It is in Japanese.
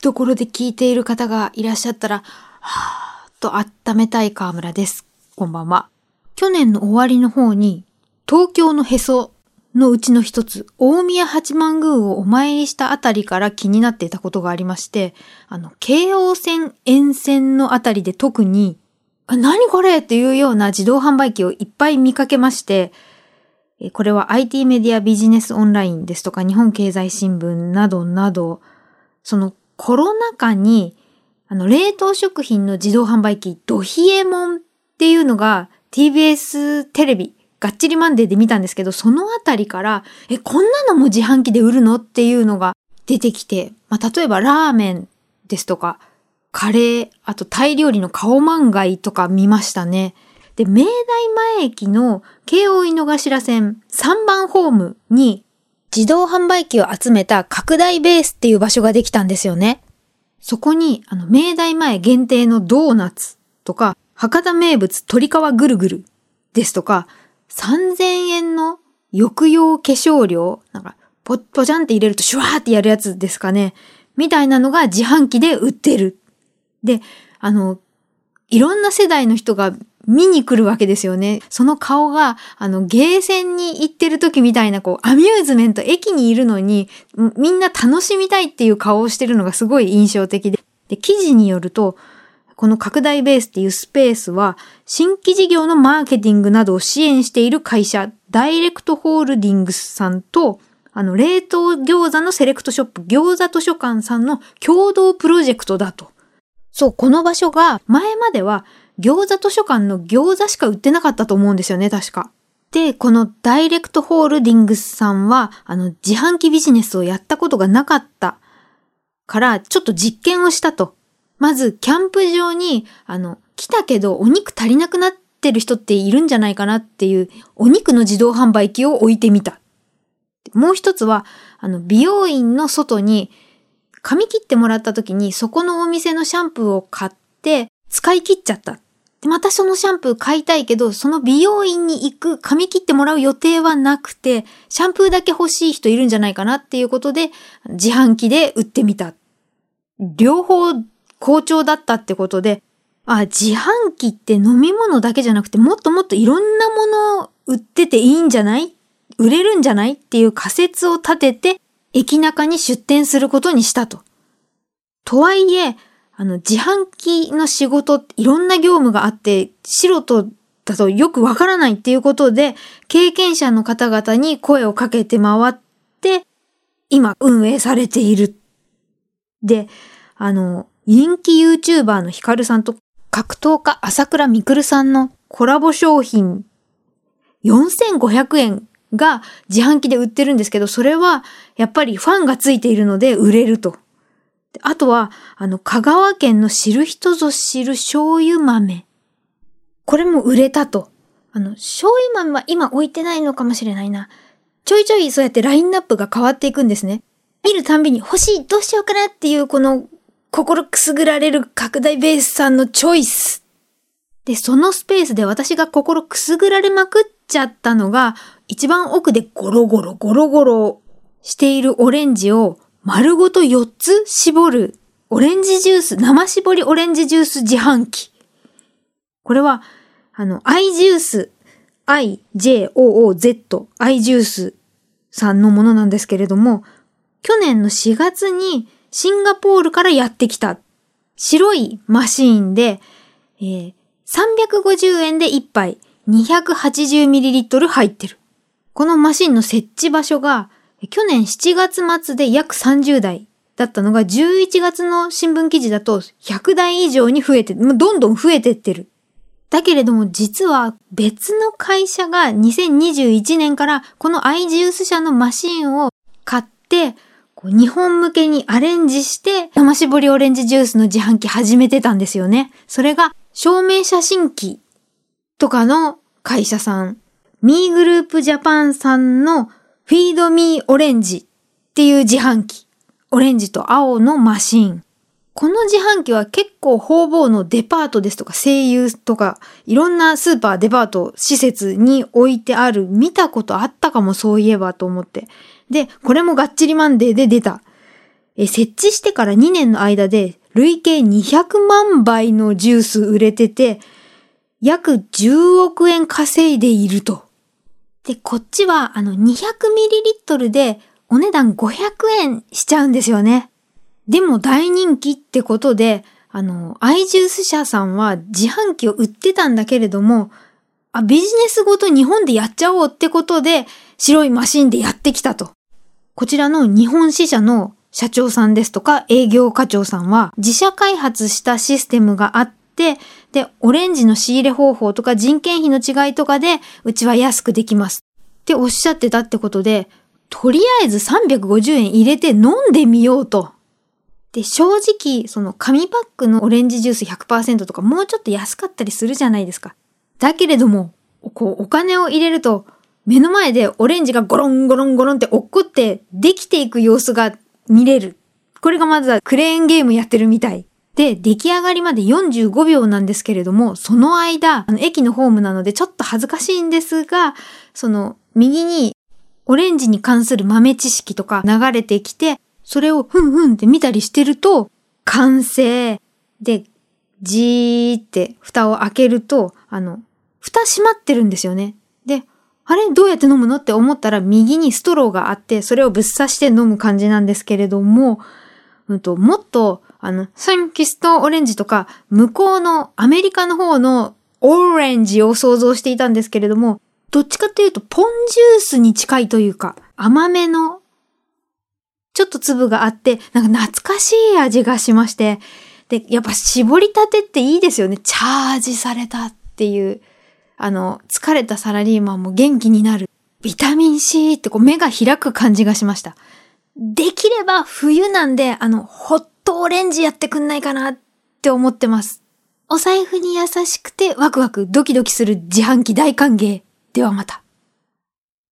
ところで聞いている方がいらっしゃったら、はーっと温めたい川村です。こんばんは。去年の終わりの方に、東京のへそのうちの一つ、大宮八幡宮をお参りしたあたりから気になっていたことがありまして、京王線沿線のあたりで特に、何これっていうような自動販売機をいっぱい見かけまして、これは IT メディアビジネスオンラインですとか日本経済新聞などなど、そのコロナ禍に冷凍食品の自動販売機ドヒエモンっていうのが TBS テレビがっちりマンデーで見たんですけど、そのあたりからこんなのも自販機で売るのっていうのが出てきて、例えばラーメンですとかカレー、あとタイ料理のカオマンガイとか見ましたね。で、明大前駅の京王井の頭線3番ホームに自動販売機を集めた拡大ベースっていう場所ができたんですよね。そこに明大前限定のドーナツとか博多名物鶏皮ぐるぐるですとか3000円の抑揚化粧料、ポチャンって入れるとシュワーってやるやつですかね。みたいなのが自販機で売ってる。で、いろんな世代の人が見に来るわけですよね。その顔が、ゲーセンに行ってる時みたいな、アミューズメント、駅にいるのに、みんな楽しみたいっていう顔をしてるのがすごい印象的で。で、記事によると、この拡大ベースっていうスペースは、新規事業のマーケティングなどを支援している会社、ダイレクトホールディングスさんと、冷凍餃子のセレクトショップ、餃子図書館さんの共同プロジェクトだと。そう、この場所が、前までは、餃子図書館の餃子しか売ってなかったと思うんですよね、確か。で、このダイレクトホールディングスさんは、自販機ビジネスをやったことがなかったから、ちょっと実験をしたと。まず、キャンプ場に、来たけどお肉足りなくなってる人っているんじゃないかなっていう、お肉の自動販売機を置いてみた。もう一つは、美容院の外に、髪切ってもらった時に、そこのお店のシャンプーを買って、使い切っちゃった。で、またそのシャンプー買いたいけど、その美容院に行く、髪切ってもらう予定はなくて、シャンプーだけ欲しい人いるんじゃないかなっていうことで、自販機で売ってみた。両方好調だったってことで、自販機って飲み物だけじゃなくて、もっともっといろんなものを売ってていいんじゃない？売れるんじゃない？っていう仮説を立てて、駅中に出店することにしたと。とはいえ、自販機の仕事いろんな業務があって、素人だとよくわからないっていうことで、経験者の方々に声をかけて回って、今運営されている。で、人気 YouTuber のヒカルさんと格闘家朝倉未来さんのコラボ商品4500円が自販機で売ってるんですけど、それはやっぱりファンがついているので売れると。あとは、香川県の知る人ぞ知る醤油豆。これも売れたと。醤油豆は今置いてないのかもしれないな。ちょいちょいそうやってラインナップが変わっていくんですね。見るたんびに欲しい、どうしようかなっていうこの心くすぐられる拡大ベースさんのチョイス。で、そのスペースで私が心くすぐられまくっちゃったのが、一番奥でゴロゴロしているオレンジを丸ごと4つ絞るオレンジジュース、生搾りオレンジジュース自販機。これは、i ジュース、IJOOZ、i ジュースさんのものなんですけれども、去年の4月にシンガポールからやってきた白いマシーンで、350円で1杯 280ml 入ってる。このマシンの設置場所が去年7月末で約30台だったのが11月の新聞記事だと100台以上に増えて、どんどん増えてってる。だけれども実は別の会社が2021年からこのアイジュース社のマシンを買って日本向けにアレンジして生搾りオレンジジュースの自販機始めてたんですよね。それが証明写真機とかの会社さん、ミーグループジャパンさんのフィードミーオレンジっていう自販機。オレンジと青のマシーン。この自販機は結構方々のデパートですとか西友とかいろんなスーパーデパート施設に置いてある。見たことあったかもそういえばと思って。で、これもがっちりマンデーで出た。 設置してから2年の間で累計200万杯のジュース売れてて、約10億円稼いでいると。で、こっちは200ml でお値段500円しちゃうんですよね。でも大人気ってことで、アイジュース社さんは自販機を売ってたんだけれども、ビジネスごと日本でやっちゃおうってことで、白いマシンでやってきたと。こちらの日本支社の社長さんですとか営業課長さんは自社開発したシステムがあって、で、オレンジの仕入れ方法とか人件費の違いとかでうちは安くできますっておっしゃってたってことで、とりあえず350円入れて飲んでみようと。で、正直、その紙パックのオレンジジュース 100% とかもうちょっと安かったりするじゃないですか。だけれども、お金を入れると、目の前でオレンジがゴロンゴロンゴロンって落っこってできていく様子が見れる。これがまずはクレーンゲームやってるみたい。で、出来上がりまで45秒なんですけれども、その間、駅のホームなのでちょっと恥ずかしいんですが、右にオレンジに関する豆知識とか流れてきて、それをふんふんって見たりしてると、完成で、じーって蓋を開けると、蓋閉まってるんですよね。で、あれどうやって飲むのって思ったら右にストローがあって、それをぶっ刺して飲む感じなんですけれども、もっと、サンキストオレンジとか、向こうのアメリカの方のオレンジを想像していたんですけれども、どっちかっていうとポンジュースに近いというか、甘めの、ちょっと粒があって、なんか懐かしい味がしまして、で、やっぱ絞りたてっていいですよね。チャージされたっていう、疲れたサラリーマンも元気になる。ビタミン C って目が開く感じがしました。できれば冬なんで、ホットオレンジやってくんないかなって思ってます。お財布に優しくてワクワクドキドキする自販機大歓迎。ではまた。